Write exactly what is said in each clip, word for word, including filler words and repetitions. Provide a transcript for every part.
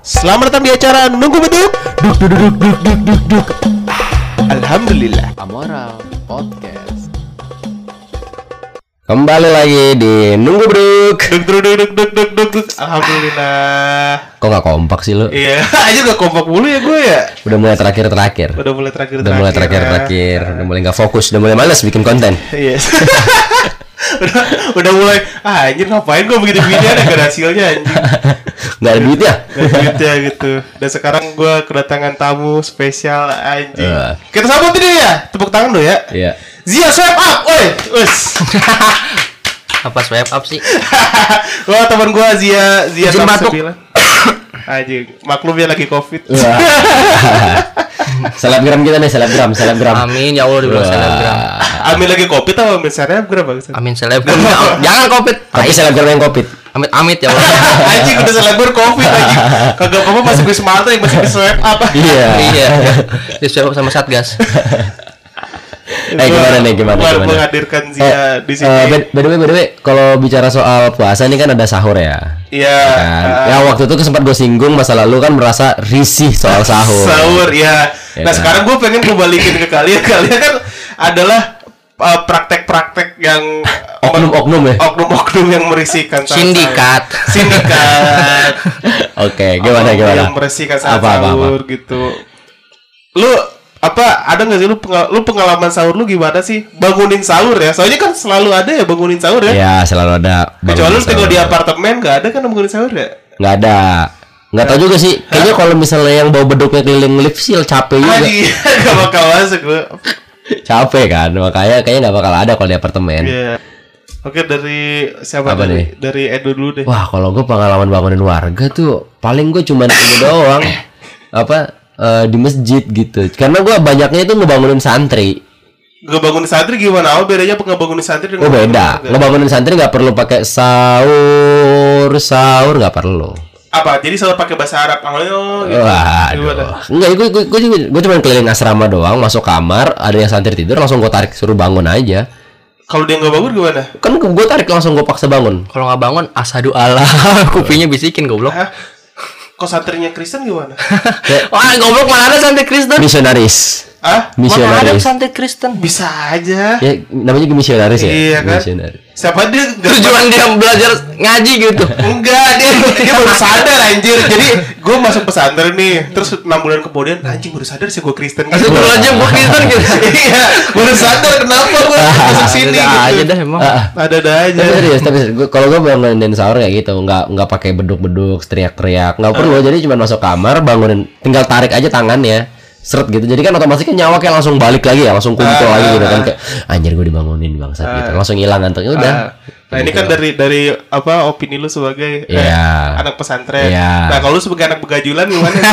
Selamat datang di acara Nunggu Beduk. Duk duk duk duk duk duk duk. Alhamdulillah. Amoral Podcast. Kembali lagi di Nunggu Beduk. Duk duk duk duk duk duk duk duk. Alhamdulillah. Kok gak kompak sih lu? Iya, aja gak kompak mulu ya gue ya. Udah mulai terakhir-terakhir. Udah mulai terakhir-terakhir. Udah mulai terakhir-terakhir. Udah mulai gak fokus. Udah mulai males bikin konten. Yes. udah, udah mulai ah anjir ngapain gue begini-begini ada gak hasilnya anjing. Gak ada duit ya? Gak ada duitnya gitu. Dan sekarang gue kedatangan tamu spesial anjing. Uh. Kita sambut ini ya. Tepuk tangan dulu ya. Iya. Zia swipe up, oi. Us. Apa swipe up sih? Wah teman gue Zia Zia Izin batuk. Anjing, maklumnya lagi covid. Selebgram kita nih, selebgram, selebgram. Amin ya Allah dibilang selebgram. Amin lagi covid atau amin selebgram bang? Amin selebgram. Jangan covid. Tapi selebgram yang covid. Amit amit ya Allah. Anjing udah selebgram covid anjing. Kagak apa-apa masuk ke Sumatera yang masih di swipe up. Iya. Iya. Di swipe up sama Satgas. Eh gimana nih gimana gimana? gimana? Menghadirkan Zia eh, di sini. Uh, by the way, by the way, kalau bicara soal puasa ini kan ada sahur ya. Iya. Kan? Uh, ya waktu itu sempat gue singgung masa lalu kan merasa risih soal sahur. Sahur ya. Ya Nah kan? sekarang gue pengen gue balikin ke kalian. Kalian kan adalah uh, praktek-praktek yang oknum-oknum ya. Oknum-oknum yang merisihkan saat Sindikat. sahur. Sindikat. Oke, gimana Oknum gimana? Yang merisihkan saat Apa, apa, sahur apa? gitu. Lu apa ada nggak sih lu pengal- lu pengalaman sahur lu gimana sih bangunin sahur ya soalnya kan selalu ada ya bangunin sahur ya Ya selalu ada. kecuali lu tinggal sahur. di apartemen nggak ada kan bangunin sahur ya Nggak ada. Nggak tahu juga sih. Kayaknya kalau misalnya yang bawa beduknya keliling lift sih capek juga. Adi nggak bakal masuk lu Capek kan. Makanya kayaknya nggak bakal ada kalau di apartemen. yeah. Oke dari siapa Apa dari, nih? dari Edo dulu deh. Wah, kalau gue pengalaman bangunin warga tuh paling gue cuman ini doang. Apa eh, di masjid gitu. Karena gue banyaknya itu ngebangunin santri. Ngebangunin santri gimana? Oh bedanya ngebangunin santri dengan Oh beda. ngebangunin warga? Ngebangunin santri nggak perlu pakai sahur, sahur nggak perlu. Apa? Jadi sahur pakai bahasa Arab. Oh gitu. Waduh. Enggak, gue gue gue juga gue cuma keliling asrama doang, masuk kamar, ada yang santri tidur, langsung gue tarik suruh bangun aja. Kalau dia nggak bangun gimana? Kan gue tarik langsung gue paksa bangun. Kalau nggak bangun asadu Allah. Kupinya bisikin goblok. Hah? Kok santrinya Kristen gimana? Wah, goblok mana ada santri Kristen? Misionaris. Ah? Mana ada Misionaris. santri Kristen? Bisa aja. Ya namanya juga misionaris ya. Iya kan? Misionaris. Siapa dia? Nggak- Tujuan dia belajar ngaji gitu. Enggak, dia dia baru sadar anjir. Jadi gue masuk pesantren nih, terus enam bulan kemudian anjing baru sadar sih gue Kristen. Asal dulu aja gua Kristen gitu. Iya, baru sadar kenapa gue masuk sini Ada aja gitu. dah emang. Ada-ada aja. Tapi serius, tapi gua- kalau gue bangunin sahur kayak gitu, nggak nggak pakai beduk-beduk, teriak-teriak, nggak perlu. Jadi cuma masuk kamar, bangunin, tinggal tarik aja tangannya, seret gitu. Jadi kan otomatis kan nyawa kayak langsung balik lagi ya, langsung kumpul Ah, lagi gitu kan ah. kayak anjir gue dibangunin bangsat gitu, langsung hilang ngantuknya udah. Ah. Nah ini Gitu. kan dari dari apa opini lu sebagai eh, Iya. anak pesantren. Iya. Nah kalau lu sebagai anak begajulan gimana sih?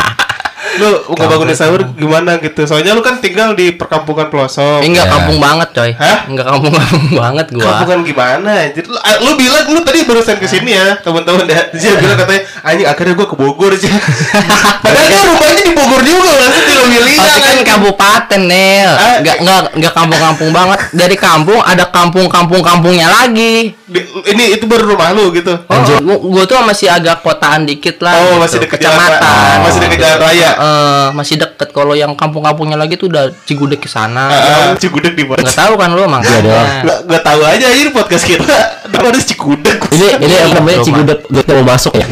Lu ngebangunin sahur gimana gitu? Soalnya lu kan tinggal di perkampungan pelosok. Enggak Ya. kampung banget, coy. Hah? Enggak kampung-kampung banget gua. Kampungan gimana anjir? Lu, ah, lu bilang lu tadi barusan kesini ya, teman-teman ya. Dia bilang katanya, anjing akhirnya gua ke Bogor sih. Padahal dia rumahnya di Bogor juga, langsung di Lomiliang. Pasti kan kabupaten, Nel. Ah, Enggak enggak enggak kampung-kampung banget. Dari kampung ada kampung-kampung-kampungnya lagi. Ini itu baru rumah lu gitu. Oh, gua, gua tuh masih agak kotaan dikit lah. Oh, gitu. masih deket jalan kecamatan. raya. Masih deket jalan raya. Eh, masih deket. Kalau yang kampung-kampungnya lagi tuh udah Cigudeg ke sana. Ah, Cigudeg di mana? Enggak tahu kan lu emang. Iya dong. Gak, gak tahu aja ini podcast kita. Ada Cigudeg. Ini ini apa namanya Rumah. Cigudeg, gue mau masuk ya.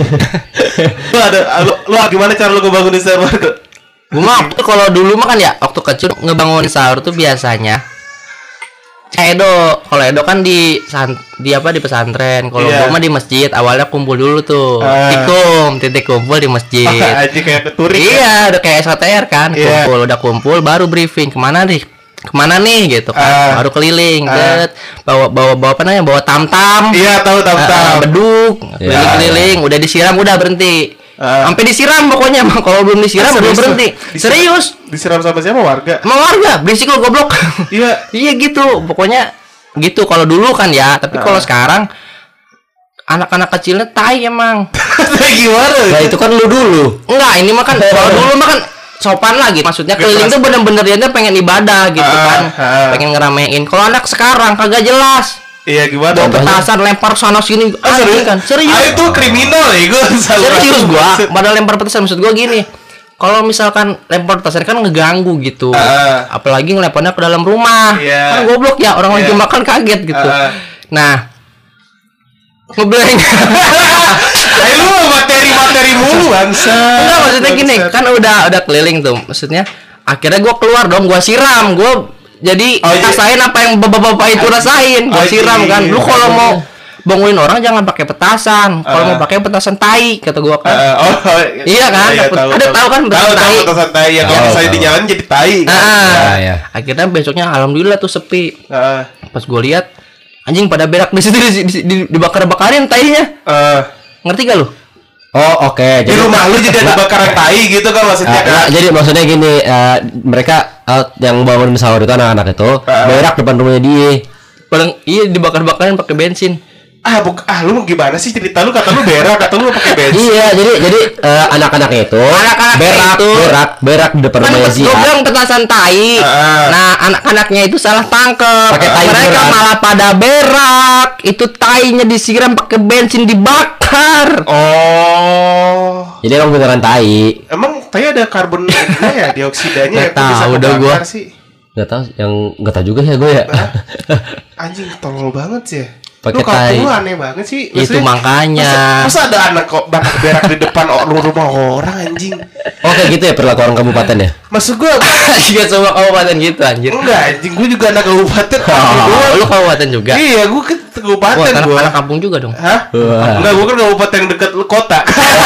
Lu ada lu, lu gimana cara lu ngebangunin sahur? Gua mah waktu- kalau dulu mah kan ya waktu kecil ngebangunin sahur tuh biasanya Edo, kalau Edo kan di san, di apa di pesantren. Kalau Iya. gua mah di masjid. Awalnya kumpul dulu tuh. Ah. Tikum, titik kumpul di masjid. Aji kayak keturik. Iya, udah kayak S K T R kan. Iya. Kumpul, udah kumpul baru briefing kemana nih? Kemana nih gitu Ah. kan. Baru keliling, Ah. det. Bawa bawa bawa apa namanya? Bawa tam-tam. Iya tahu tahu Ah, tahu. beduk, Iya. keliling-keliling, udah disiram udah berhenti. Ah. Sampai disiram pokoknya, emang kalau belum disiram Ah, belum serius berhenti. tuh? Serius. Disiram sama siapa warga? Emang warga, berisik lo goblok. Iya. Iya gitu, pokoknya gitu kalau dulu kan ya, tapi kalau Ah. sekarang anak-anak kecilnya tai emang. Gimana? Nah itu kan lu dulu. Enggak, ini mah kan kalau dulu mah kan sopan lagi. Maksudnya keliling tuh bener-bener dia tuh pengen ibadah gitu Ah, kan. ah. Pengen ngeramein. Kalau anak sekarang kagak jelas. Iya gimana? Bawa petasan lempar sana sini. Oh, serius kan? Serius. Ah, itu kriminal ya gue. Serius gua. Pada lempar petasan maksud gua gini. Kalau misalkan lempar petasan kan ngeganggu gitu. Uh. Apalagi ngelemparnya ke dalam rumah. Yeah. Kan goblok ya orang Yeah. lagi makan kaget gitu. Uh. Nah, ngeblank. Ayo lu materi-materi mulu bangsa. Enggak maksudnya gini, kan udah udah keliling tuh. Maksudnya akhirnya gua keluar dong, gua siram, gua jadi Oh, iya. rasain apa yang bapak-bapak itu rasain. Gua Oh, siram iya. kan. Lu kalau mau bangunin orang jangan pakai petasan. Kalau Uh. mau pakai petasan tai kata gua kan. Uh, oh, oh, Iya kan? iya, Ada tahu kan tahu petasan tahu tai? petasan tai yang kalau Tahu, misalnya tahu. dinyalain jadi tai. kan? Nah, Ya, ya. akhirnya besoknya alhamdulillah tuh sepi. Uh, Pas gua lihat anjing pada berak di situ di- di- di- dibakar-bakarin tainya. uh, Ngerti gak lu? Oh oke. di rumah lu jadi ada bakaran tai gitu kan maksudnya Ah, kan? nggak, jadi maksudnya gini, eh, mereka eh, yang bangun sahur itu anak-anak itu Ah. berak depan rumahnya dia. Paling iya dibakar-bakarin pakai bensin. Ah, buk, ah lu gimana sih cerita lu? Kata lu berak, kata lu pakai bensin. Iya, jadi jadi eh, anak-anak itu Anak-anak berak, itu. berak, berak di depan Kan rumahnya gue Zia. bilang petasan tai. Ah. Nah, anak-anaknya itu salah tangkep. Pakai tai Mereka beneran. malah pada berak. Itu tainya disiram pakai bensin dibakar. Oh. Jadi emang beneran tai. Emang tai ada karbon ininya ya, dioksidanya ya, Nggak kok bisa tahu dah kebakar gua. sih. Gak tahu, yang gak tahu juga ya gue ya. Anjing tolol banget sih ya. Pakai Lu kampung tai. lu aneh banget sih. Itu Maksudnya, makanya. Masa, masa ada anak kok bakar berak di depan o- rumah orang anjing. Oh kayak gitu ya perilaku orang kabupaten ya. Maksud gua Juga semua kabupaten gitu anjir. enggak anjing, gua juga anak kabupaten. Oh, lu kabupaten juga. Iya, gua ke Wah, kabupaten anak, gua. anak kampung juga dong. Hah? Wah. Enggak, gua kan kabupaten yang dekat kota.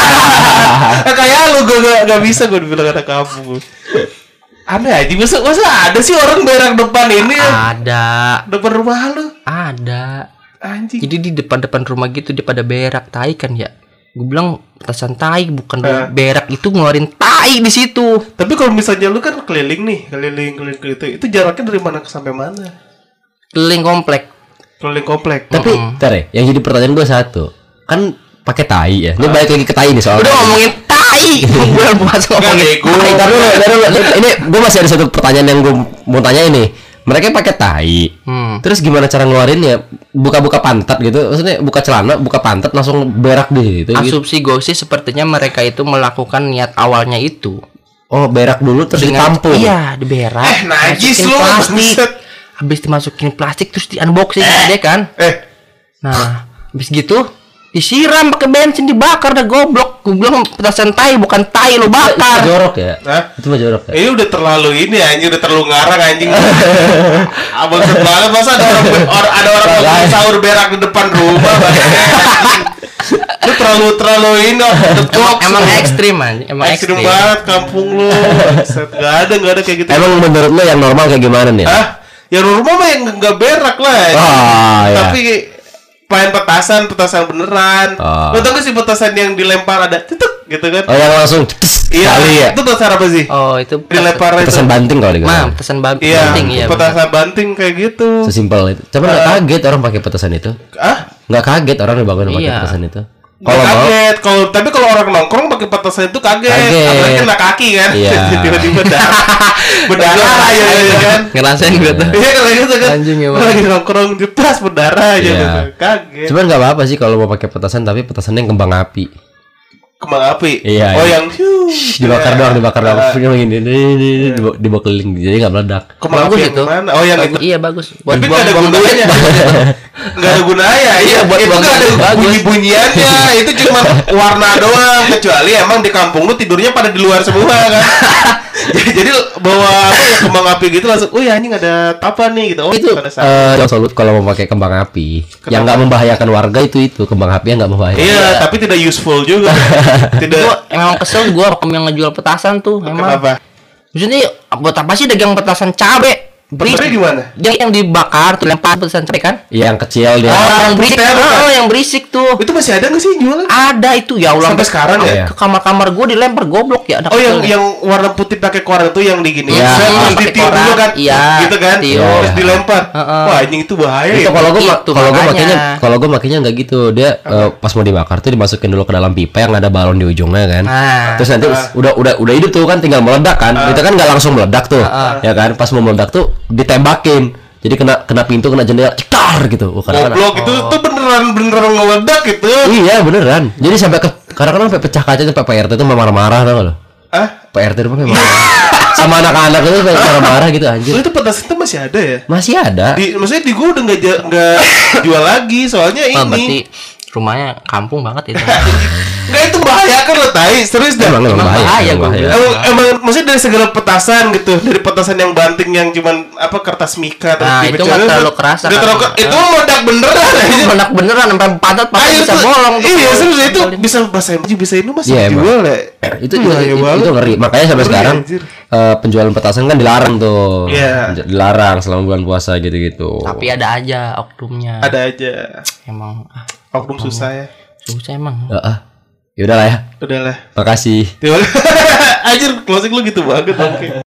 Kayak lu gua gak, gak bisa gua dibilang anak kampung. Aneh aja, masa, masa ada sih orang berak depan ini ya? Ada. Depan rumah lu? Ada. Anjing. Jadi di depan-depan rumah gitu dia pada berak tai kan ya. Gue bilang petasan tai bukan Eh. berak itu ngeluarin tai di situ. Tapi kalau misalnya lu kan keliling nih, keliling keliling itu, itu jaraknya dari mana ke sampai mana? Keliling komplek. Keliling komplek. Tapi, ntar ya, yang jadi pertanyaan gue satu, kan pakai tai ya. Ini balik lagi ke tai nih soalnya. Udah ngomongin tai. Gue puas ngomongin bego. tai. Ntar dulu, ntar dulu. Ini gue masih ada satu pertanyaan yang gue mau tanya ini. Mereka pakai tai. Hmm. Terus gimana cara ngeluarinnya? Buka-buka pantat gitu. Maksudnya buka celana, buka pantat langsung berak di situ gitu. Asumsi gue sih sepertinya mereka itu melakukan niat awalnya itu Oh, berak dulu terus dengan ditampung. iya diberak. Eh, najis masukin lu, plastik. buset. Habis dimasukin plastik terus di unboxing deh kan. Eh, Nah, habis gitu disiram pakai bensin dibakar dah goblok. Gue bilang petasan tai bukan tai lo Itu bakar. jorok ya? Hah? Itu mah jorok ya? ini udah terlalu ini anjing, udah terlalu ngarang anjing. Abang banget masa ada orang or- ada orang Makanya. bangun sahur berak di depan rumah bangke, anjing. Lu terlalu terlalu ini off the Emang, box. emang lu. ekstrim aja, emang Ekstrim ekstrim. banget kampung lu. Set, Gak ada, gak ada kayak gitu. Emang menurut lo yang normal kayak gimana nih? Hah? Ya rumah mah yang nggak berak lah. Ah, ya. Tapi main petasan, petasan beneran. Ah. Lo tau gak sih petasan yang dilempar ada tutuk gitu kan? Oh yang langsung tes Iya, kali ya? itu petasan apa sih? Oh, itu Dilempar itu. Petasan banting kalau di Mah, petasan ba- Iya, banting iya. bener. petasan banting kayak gitu. Sesimpel itu. Cuman nggak kaget orang pakai petasan itu. Ah? Nggak kaget orang yang bangun pakai Iya. petasan itu. Kalau Kalau mau kaget, kalau tapi kalau orang nongkrong pakai petasan itu kaget, Kaget. apalagi kena kaki kan, Iya. tiba-tiba darah, berdarah aja ya kan, Ngerasain gue tuh. iya kalau gitu kan, Anjing emang. lagi nongkrong jepras berdarah aja, Iya. gitu. Kaget, Cuman nggak apa-apa sih kalau mau pakai petasan tapi petasannya yang kembang api. kembang api, Iya, oh iya. yang hiu, Dibakar iya. doang, dibakar doang. Ah, Cuma gini, ini, ini, ini, dibawa, dibawa keliling jadi nggak meledak. kembang Bagus api yang itu. mana? Oh yang itu, Iya bagus. Buat tapi nggak ada buang-buang duit. gunanya, nggak ada gunanya, iya, buat itu buang nggak ada duit. Bagus. bunyi-bunyiannya, itu cuma warna doang, kecuali emang di kampung lu tidurnya pada di luar semua kan. jadi, jadi bawa apa ya kembang api gitu langsung, oh ya anjing ada apa nih gitu, oh Itu ada satu. eh yang solut kalau mau pakai kembang api yang nggak membahayakan warga itu itu kembang api yang nggak membahayakan. Iya, tapi tidak useful juga. Tidak. Gue emang kesel gue yang ngejual petasan tuh emang. Kenapa? Maksudnya buat apa sih dagang petasan cabe? Tapi gimana? Dia yang dibakar tuh lempar petasan cabe kan? Iya, yang kecil dia. Ah, yang berisik, bukan, bukan. oh, yang berisik tuh. Itu masih ada nggak sih jualan? Ada itu ya Allah. Sampai sekarang ya? Ke kamar-kamar gue dilempar goblok ya. Ada Oh yang kecilnya. yang warna putih pakai koran itu yang digini. Iya. Terus Pakai ditiup dulu koran. kan? Iya, Gitu kan? tiup. Terus dilempar. Heeh. Wah, anjing itu bahaya Itu ya. kalau gue Itu kalau gue makanya. makanya kalau gue makanya nggak gitu dia eh, pas mau dibakar tuh dimasukin dulu ke dalam pipa yang ada balon di ujungnya kan. Nah. Terus nanti udah udah udah hidup tuh kan tinggal meledak kan. Itu kan nggak langsung meledak tuh. Ya kan pas mau meledak tuh ditembakin. Jadi kena kena pintu, kena jendela, cetar gitu. Oh, kadang-kadang Goblok itu tuh beneran beneran ngeledak gitu. iya beneran. Jadi sampai ke kadang-kadang sampai pecah kaca sampai P R T itu marah-marah tau gak lo? Ah, P R T itu memang marah. Sama anak-anak itu marah-marah gitu anjir. lu itu petasan itu masih ada ya? Masih ada. Di, maksudnya di gua udah nggak ja- nggak jual lagi soalnya Oh, berarti ini. rumahnya kampung banget itu. Nggak itu bahaya kan lo tai serius dah. Emang, emang Emang bahaya, bahaya, emang gua bahaya. bilang. Emang, emang maksudnya dari segala petasan gitu, dari petasan yang banting yang cuman apa kertas mika terus Nah, itu dipecahin, nggak terlalu kerasa nggak kan. terlalu ke- itu meledak beneran Itu aja. meledak beneran sampai padat padat Ayo bisa tuh- bolong tuh. Iya serius itu Tinggalin. bisa bahasa Inggris bisa ini masih Iya, emang. jual ya. Itu bahaya itu, banget. itu ngeri. Makanya sampai Ngeri, sekarang anjir. eh, penjualan petasan kan dilarang tuh. Iya. Dilarang selama bulan puasa gitu-gitu. Tapi ada aja oknumnya. Ada aja. Emang ah, Oknum susah ya. susah emang. Ya, ah. Yaudah lah ya. Udahlah. Makasih. Anjir closing lu gitu banget oke.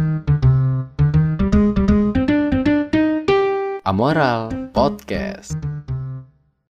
Amoral Podcast.